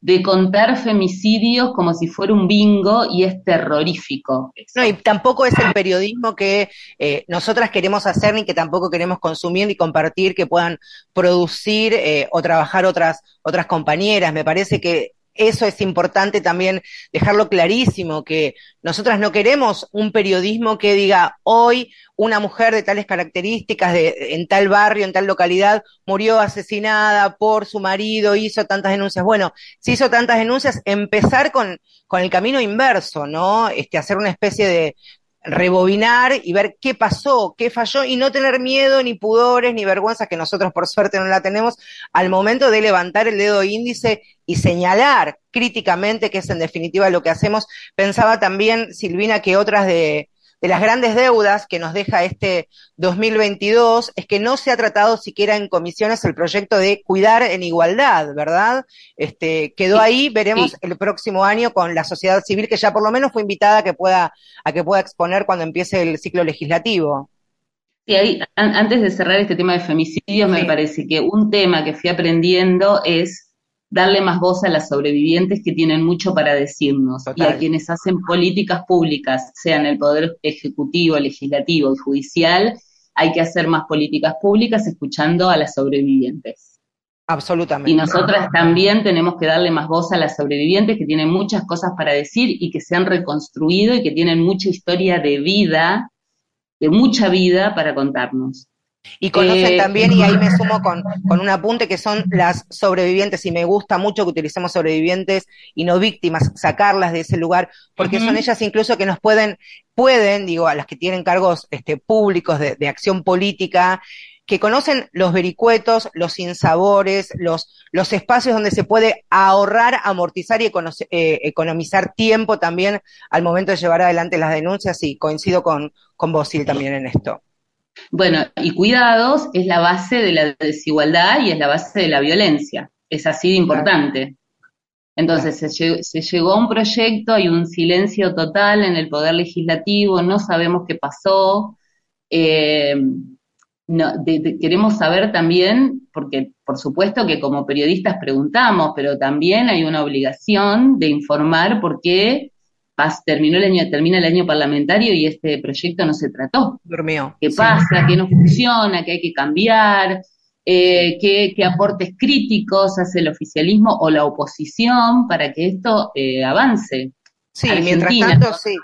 de contar femicidios como si fuera un bingo y es terrorífico. Eso. No, y tampoco es el periodismo que eh, nosotras queremos hacer ni que tampoco queremos consumir ni compartir que puedan producir eh, o trabajar otras, otras compañeras. Me parece que eso es importante también dejarlo clarísimo, que nosotras no queremos un periodismo que diga hoy una mujer de tales características de, en tal barrio, en tal localidad, murió asesinada por su marido, hizo tantas denuncias. Bueno, si hizo tantas denuncias, empezar con, con el camino inverso, ¿no? Este, hacer una especie de rebobinar y ver qué pasó, qué falló, y no tener miedo, ni pudores, ni vergüenzas, que nosotros por suerte no la tenemos, al momento de levantar el dedo índice y señalar críticamente, que es en definitiva lo que hacemos. Pensaba también, Silvina, que otras de, de las grandes deudas que nos deja este dos mil veintidós es que no se ha tratado siquiera en comisiones el proyecto de cuidar en igualdad, ¿verdad? Este, quedó ahí, veremos sí. el próximo año con la sociedad civil, que ya por lo menos fue invitada a que pueda, a que pueda exponer cuando empiece el ciclo legislativo. Sí, ahí, an- antes de cerrar este tema de femicidios, sí. me parece que un tema que fui aprendiendo es darle más voz a las sobrevivientes que tienen mucho para decirnos. Total. Y a quienes hacen políticas públicas, sea en el poder ejecutivo, legislativo y judicial, hay que hacer más políticas públicas escuchando a las sobrevivientes. Absolutamente. Y nosotras también tenemos que darle más voz a las sobrevivientes que tienen muchas cosas para decir y que se han reconstruido y que tienen mucha historia de vida, de mucha vida para contarnos. Y conocen eh, también, y ahí me sumo con, con un apunte, que son las sobrevivientes, y me gusta mucho que utilicemos sobrevivientes y no víctimas, sacarlas de ese lugar, porque uh-huh. son ellas incluso que nos pueden, pueden, digo, a las que tienen cargos este, públicos de, de acción política, que conocen los vericuetos, los sinsabores, los, los espacios donde se puede ahorrar, amortizar y econo- eh, economizar tiempo también al momento de llevar adelante las denuncias, y coincido con, con vos, Sil, también en esto. Bueno, y cuidados es la base de la desigualdad y es la base de la violencia. Es así de importante. Entonces se llegó, se llegó a un proyecto, hay un silencio total en el Poder Legislativo, no sabemos qué pasó. Eh, no, de, de, queremos saber también, porque por supuesto que como periodistas preguntamos, pero también hay una obligación de informar por qué terminó el año, termina el año parlamentario y este proyecto no se trató. Durmió. ¿Qué sí. pasa? ¿Qué no funciona? ¿Qué hay que cambiar? Eh, ¿qué, ¿Qué aportes críticos hace el oficialismo o la oposición para que esto eh, avance? Sí, Argentina, mientras tanto, sí.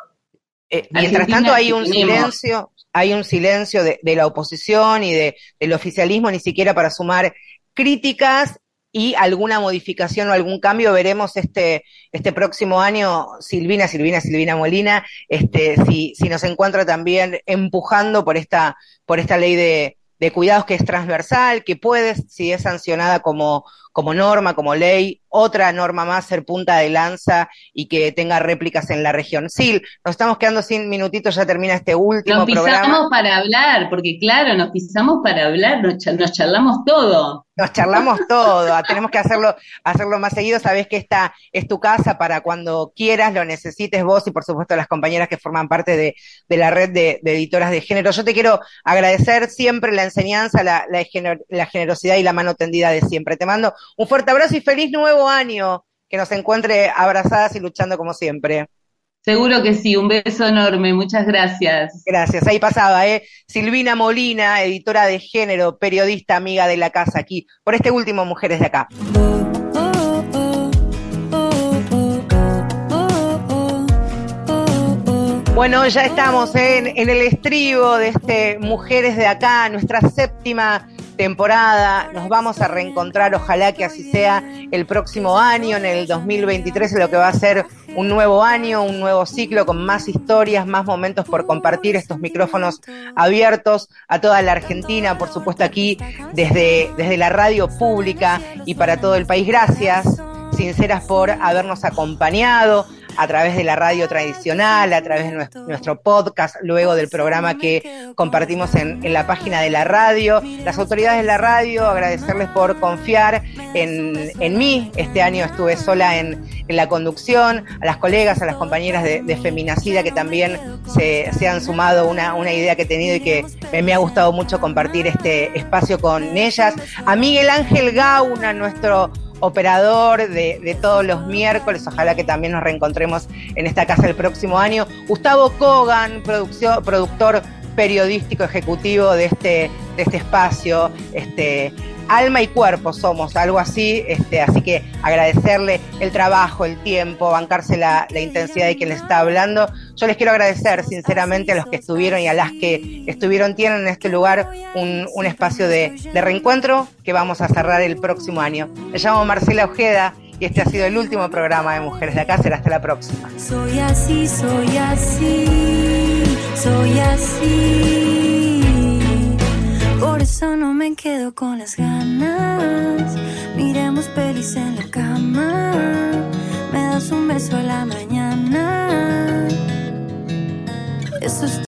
Eh, mientras Argentina tanto hay un tenemos... silencio, hay un silencio de, de la oposición y de, del oficialismo, ni siquiera para sumar críticas y alguna modificación o algún cambio. Veremos este este próximo año, Silvina, Silvina, Silvina Molina, este, si, si nos encuentra también empujando por esta, por esta ley de, de cuidados, que es transversal, que puede, si es sancionada como, como norma, como ley, otra norma más, ser punta de lanza y que tenga réplicas en la región. Sil, nos estamos quedando sin minutitos, ya termina este último nos pisamos programa. para hablar, porque claro, nos pisamos para hablar, nos, ch- nos charlamos todo. Nos charlamos todo, tenemos que hacerlo, hacerlo más seguido. Sabés que esta es tu casa para cuando quieras, lo necesites vos y por supuesto las compañeras que forman parte de, de la red de, de editoras de género. Yo te quiero agradecer siempre la enseñanza, la, la, gener, la generosidad y la mano tendida de siempre. Te mando un fuerte abrazo y feliz nuevo año, que nos encuentre abrazadas y luchando como siempre. Seguro que sí, un beso enorme, muchas gracias. Gracias, ahí pasaba, ¿eh? Silvina Molina, editora de género, periodista, amiga de la casa, aquí, por este último Mujeres de Acá. Bueno, ya estamos en, en el estribo de este Mujeres de Acá, nuestra séptima temporada. Nos vamos a reencontrar, ojalá que así sea, el próximo año, en el dos mil veintitrés, en lo que va a ser un nuevo año, un nuevo ciclo con más historias, más momentos por compartir, estos micrófonos abiertos a toda la Argentina, por supuesto aquí desde, desde la radio pública y para todo el país. Gracias, sinceras, por habernos acompañado a través de la radio tradicional, a través de nuestro, nuestro podcast, luego del programa que compartimos en, en la página de la radio. Las autoridades de la radio, agradecerles por confiar en, en mí. Este año estuve sola en, en la conducción, a las colegas, a las compañeras de, de Feminacida, que también se, se han sumado una, una idea que he tenido y que me, me ha gustado mucho compartir este espacio con ellas. A Miguel Ángel Gauna, nuestro operador de, de todos los miércoles. Ojalá que también nos reencontremos en esta casa el próximo año. Gustavo Kogan, producción, productor periodístico ejecutivo de este, de este espacio. Este, alma y cuerpo somos, algo así, este, así que agradecerle el trabajo, el tiempo, bancarse la, la intensidad de quien les está hablando. Yo les quiero agradecer sinceramente a los que estuvieron y a las que estuvieron. Tienen en este lugar un, un espacio de, de reencuentro que vamos a cerrar el próximo año. Me llamo Marcela Ojeda y este ha sido el último programa de Mujeres de Acá. Será hasta la próxima. Soy así, soy así, soy así. Por eso no me quedo con las ganas. Miremos pelis en la cama. Me das un beso a la mañana. Eso es